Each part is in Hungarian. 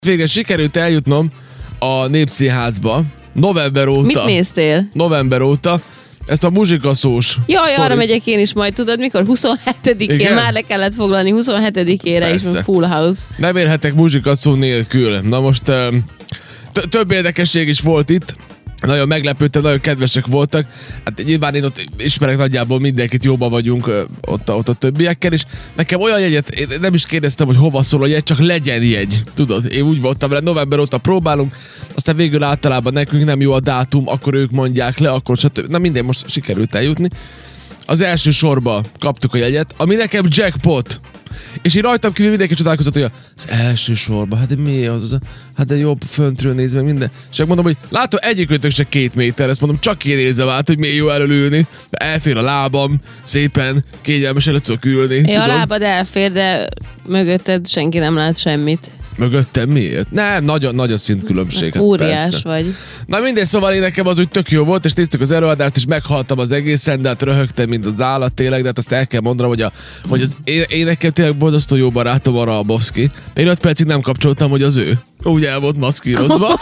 Végre sikerült eljutnom a Népszínházba november óta. Mit néztél? November óta. Ezt a muzsikaszós Jaj, arra megyek én is majd, tudod mikor? 27-én, igen? már le kellett foglalni, 27-ére is van Full House. Nem érhetek muzsikaszó nélkül. Na most több érdekesség is volt itt. Nagyon meglepődtem, nagyon kedvesek voltak. Hát nyilván én ott ismerek nagyjából mindenkit, jóban vagyunk ott a többiekkel, és nekem olyan jegyet, én nem is kérdeztem, hogy hova szól a jegy, csak legyen jegy. Tudod, én úgy voltam vele, november óta próbálunk, aztán végül általában nekünk nem jó a dátum, akkor ők mondják le, akkor stb. Na minden, most sikerült eljutni. Az első sorba kaptuk a jegyet, ami nekem jackpot. És én rajtam kívül mindenki csodálkozott, hogy az első sorba, hát de mi az? Hát de jobb föntről néz meg minden. És mondom, hogy látom, egyikőtök se 2 méter, ezt mondom, csak én érzem át, hogy milyen jó elülni. Elfér a lábam, szépen, kényelmesen le tudok ülni. Ja, a lábad elfér, de mögötted senki nem lát semmit. Mögöttem miért? Nem, nagy a szintkülönbség. Óriás persze. vagy. Na mindegy, szóval én nekem az úgy tök jó volt, és néztük az előadást, és meghaltam az egészen, de hát röhögtem, mint az állat tényleg, de hát azt el kell mondanom, hogy az énekel tényleg borzasztó jó barátom a Rabowski. Én 5 percig nem kapcsoltam, hogy az ő. Úgy el volt maszkírozva.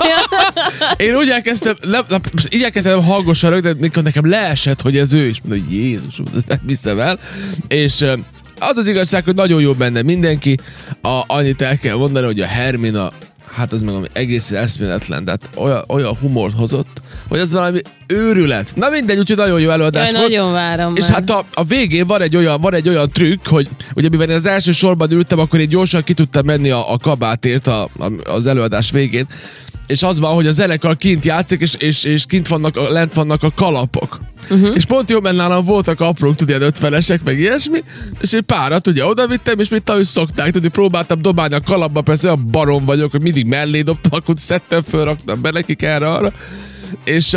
Én úgy igyekeztem hangosan rögtön, de mikor nekem leesett, hogy ez ő, és mondom, hogy Jézus, nem hiszem el. És az az igazság, hogy nagyon jó benne mindenki. Annyit el kell mondani, hogy a Hermina, hát az meg egészen eszméletlen, tehát olyan humort hozott, hogy az valami őrület. Na mindegy, úgyhogy nagyon jó előadás volt. Nagyon várom. És hát a végén van egy olyan trükk, hogy ugye mivel én az első sorban ültem, akkor én gyorsan ki tudtam menni a kabátért az előadás végén. És az van, hogy a zenekar kint játszik, és lent vannak a kalapok. És pont jó, mert nálam voltak aprók, tudod, 50-esek, meg ilyesmi, és én párat ugye oda vittem, és mit ahogy szokták, tudod, próbáltam dobálni a kalapba, persze a barom vagyok, hogy mindig mellé dobtam, akkor szedtem föl, raktam be nekik erre-arra, és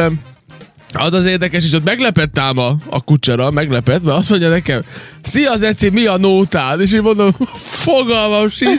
az érdekes, és ott meglepett ám a kucsera, meglepett, mert azt mondja nekem, szia Zeci, mi a nótád? És én mondom, fogalmam sincs.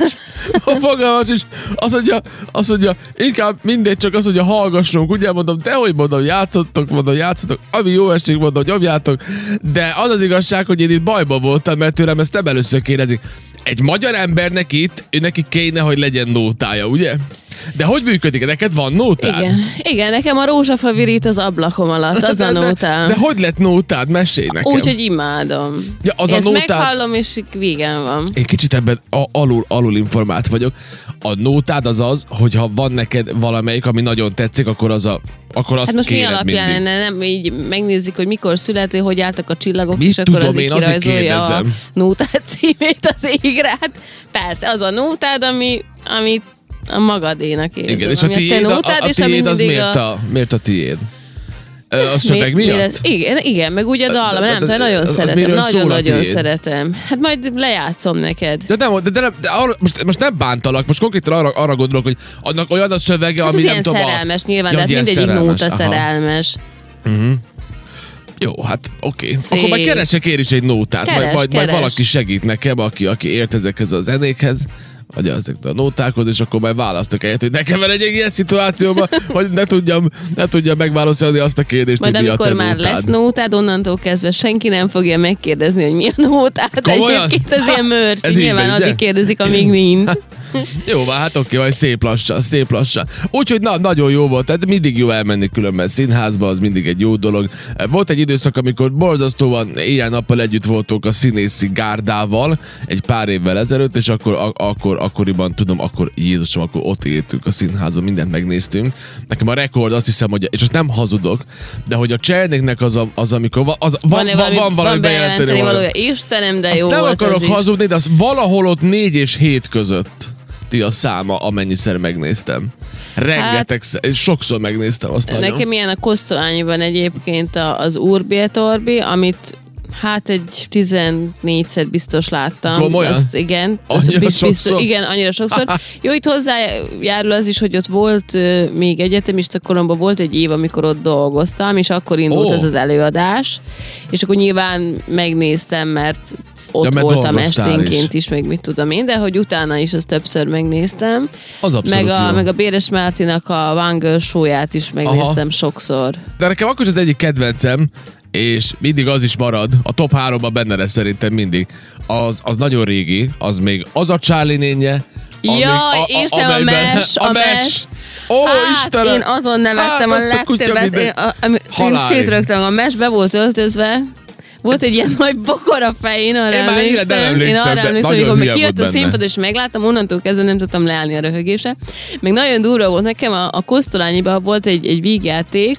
Azt mondja, inkább mindegy, csak azt mondja, hallgassunk, ugye mondom, dehogy mondom, játszottok, ami jó esik, mondom, nyomjátok, de az az igazság, hogy én itt bajban voltam, mert tőlem ezt nem először kérdezik. Egy magyar embernek itt, neki kéne, hogy legyen nótája, ugye? De hogy működik? Neked van nótád? Igen, nekem a rózsafa virít az ablakom alatt, az a nótám. De hogy lett nótád? Mesélj nekem. Úgy, hogy imádom. Ja, az ezt a nótád... meghallom, és végen van. Én kicsit ebben alul informált vagyok. A nótád az, hogyha van neked valamelyik, ami nagyon tetszik, akkor azt hát most mi alapján mindig. nem így megnézzük, hogy mikor születő, hogy álltak a csillagok, mit és akkor tudom, azért kirajzolja a nótád címét az égre. Hát persze, az a nótád, amit a magadénak érzed. Igen, és a tiéd az miért a tiéd? A szöveg miatt? Igen, meg úgy a dallam, nem tudom, nagyon szeretem, nagyon-nagyon szeretem. Hát majd lejátszom neked. De most nem bántalak, most konkrétan arra gondolok, hogy annak olyan a szövege, hát ami nem tudom. Szerelmes nyilván, de hát mindegyik nóta szerelmes. Jó, hát oké. Akkor majd keresek én is egy nótát, majd valaki segít nekem, aki ért ezekhez a zenékhez, vagy ezekre a nótákhoz, és akkor majd választok egyet, hogy nekem van egy ilyen szituációban, hogy ne tudjam megválaszolni azt a kérdést, majd hogy mi a te amikor már nótád. lesz nótád, onnantól kezdve senki nem fogja megkérdezni, hogy mi a nótád. Egyébként ez ilyen mörfi, nyilván addig kérdezik, amíg nincs. Jó, hát oké, majd szép lassan. Úgyhogy nagyon jó volt, tehát mindig jó elmenni különben színházba, az mindig egy jó dolog. Volt egy időszak, amikor borzasztóan éjjel-nappal együtt voltunk a színészi gárdával, egy pár évvel ezelőtt, és akkoriban tudom, Jézusom, akkor ott éltünk a színházban, mindent megnéztünk. Nekem a rekord, azt hiszem, hogy, és azt nem hazudok, de hogy a Csernéknek az amikor van valami bejelenteni valója. Istenem, de jó azt volt. nem akarok hazudni, de az valahol ott 4 és 7 között a száma, amennyiszer megnéztem. Rengeteg, sokszor megnéztem azt nagyon. Nekem ilyen a Kosztolányiban egyébként az Urbi et Orbi, amit hát egy 14-szer biztos láttam. Komolyan? Azt, igen. Annyira sokszor? Igen, annyira sokszor. Jó, itt hozzájárul az is, hogy ott volt még egyetemista koromban volt egy év, amikor ott dolgoztam, és akkor indult ez az előadás, és akkor nyilván megnéztem, mert ott voltam esténként is, meg mit tudom én, de hogy utána is azt többször megnéztem. Az abszolút meg a Béres Mártinak a One Girl show-ját is megnéztem sokszor. De nekem akkor is az egyik kedvencem, és mindig az is marad, a top 3-ban benne lesz szerintem mindig, az nagyon régi, az még az a Charlie nénje, Istenem, a mes. Ó, Istenem! Én azon nevettem a legtöbbet. Én szétrögtem, a mes be volt öltözve. Volt egy ilyen nagy bokor a fején, arra emlékszem. Én arra emlékszem, amikor meg kijött a színpad, és megláttam, onnantól kezdve nem tudtam leállni a röhögésre. Meg nagyon durva volt nekem, a Kosztolányiban volt egy vígjáték,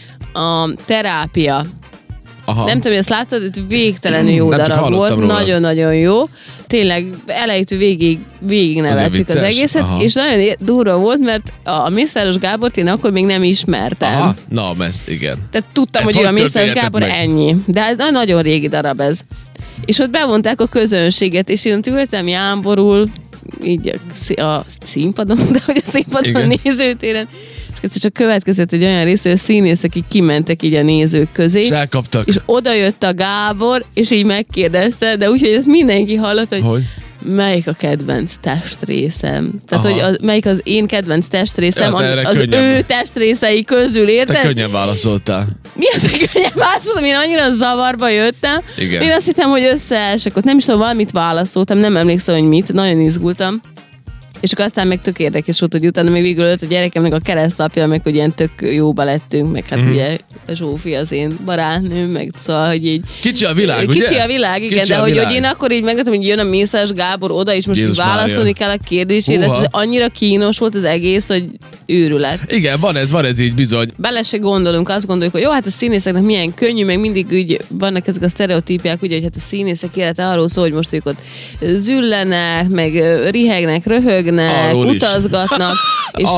a Terápia. Aha. Nem tudom, hogy ezt láttad, itt végtelenül jó darab volt, nagyon-nagyon jó. Tényleg elejétől végig nevettük az egészet, és nagyon durva volt, mert a Mészáros Gábort én akkor még nem ismertem. Aha. Na, igen. Tehát tudtam, hogy ő a Mészáros Gábor meg? Ennyi. De ez nagyon régi darab ez. És ott bevonták a közönséget, és én ott ültem jámborul, így a színpadon, de hogy a színpadon nézőtéren, egyszer csak következett egy olyan rész, hogy a színészek így kimentek így a nézők közé. És elkaptak. És oda jött a Gábor, és így megkérdezte, de úgyhogy ezt mindenki hallott, hogy melyik a kedvenc testrészem. Tehát, hogy melyik az én kedvenc testrészem, az ő testrészei közül, érted? Te könnyen válaszoltál. Mi az, hogy könnyen válaszoltam? Én annyira zavarba jöttem. Igen. Én azt hittem, hogy összeesek. Nem is tudom, valamit válaszoltam, nem emlékszem, hogy mit. Nagyon izgultam. És akkor aztán meg tök érdekes volt, hogy utána még végül a gyerekemnek a keresztapja, meg hogy ilyen tök jóba lettünk, meg hát ugye a Zsófi az én barátnőm, meg szóval, hogy így... Kicsi a világ, ugye? Kicsi a világ, igen, Kicsi de hogy én akkor így megmondtam, hogy jön a Mészáros Gábor oda, és most válaszolni kell a kérdésére. Annyira kínos volt az egész, hogy őrület. Igen, van ez így bizony. Bele se gondolunk, azt gondoljuk, hogy jó, hát a színészeknek milyen könnyű, meg mindig úgy vannak ezek a sztereotípiák, ugye, hogy hát a színészek élete arról szól, hogy most ők ott züllenek, meg rihegnek, röhögnek, utazgatnak, és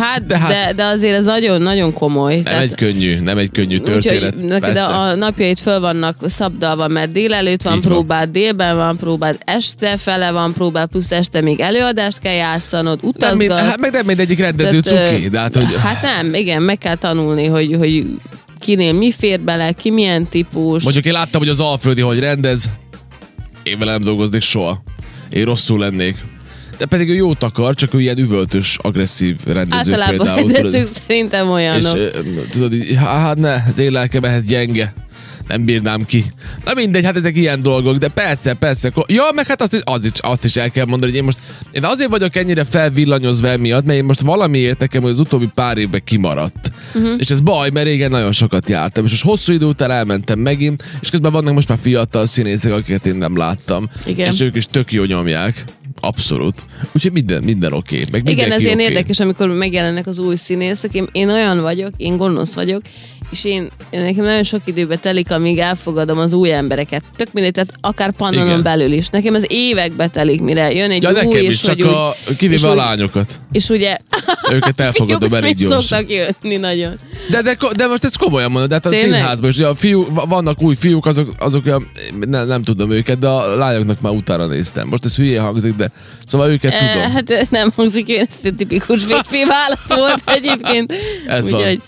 de azért ez nagyon-nagyon komoly. Nem egy könnyű történet. Úgyhogy a napjait föl vannak szabdalva, mert délelőtt van próbád, délben van próbád, este fele van próbád, plusz este még előadást kell játszanod, utazgatsz. Meg nem mindegyik rendező cuki. Hát nem, igen, meg kell tanulni, hogy kinél mi fér bele, ki milyen típus. Mondjuk én láttam, hogy az Alföldi hogy rendez, én vele nem dolgoznék soha. Én rosszul lennék. De pedig ő jót akar, csak ő ilyen üvöltös, agresszív rendező általában például. Általában rendezők szerintem olyanok. És tudod, hát ne, az én lelkem ehhez gyenge. Nem bírnám ki. Na mindegy, hát ezek ilyen dolgok, de persze. Ja, meg hát azt is el kell mondani, hogy én azért vagyok ennyire felvillanyozva emiatt, mert én most valamiért nekem az utóbbi pár évben kimaradt. És ez baj, mert régen nagyon sokat jártam, és most hosszú idő után elmentem megint, és közben vannak most már fiatal színészek, akiket én nem láttam. Igen. És ők is tök jó nyomják. Abszolút. Úgyhogy minden oké. Igen, ez ilyen érdekes, amikor megjelennek az új színészek. Én olyan vagyok, én gonosz vagyok, és én nekem nagyon sok időbe telik, amíg elfogadom az új embereket. Tök mindegy, tehát akár Pannonon belül is. Nekem az évekbe telik, mire jön egy új, nekem és is, csak kivéve a lányokat. És ugye... Őket elfogadom elég gyorsan. Szoktak jönni nagyon. De most ezt komolyan mondod, de hát a színházban is, vannak új fiúk, azok nem tudom őket, de a lányoknak már utána néztem. Most ez hülyén hangzik, de szóval őket tudom. Hát nem hangzik, ez tipikus férfi válasz volt egyébként. Ez van.